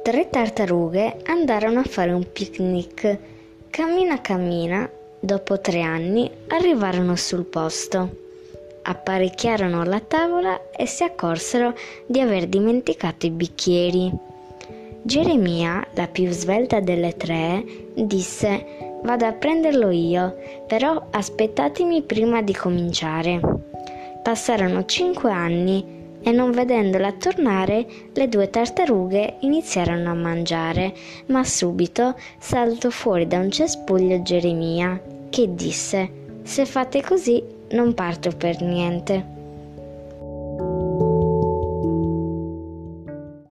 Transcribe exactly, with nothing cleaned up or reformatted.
Tre tartarughe andarono a fare un picnic. Cammina cammina, dopo tre anni arrivarono sul posto. Apparecchiarono la tavola e si accorsero di aver dimenticato i bicchieri. Geremia, la più svelta delle tre, disse: «Vado a prenderlo io, però aspettatemi prima di cominciare». Passarono cinque anni e non vedendola tornare, le due tartarughe iniziarono a mangiare, ma subito saltò fuori da un cespuglio Geremia, che disse: «Se fate così, non parto per niente».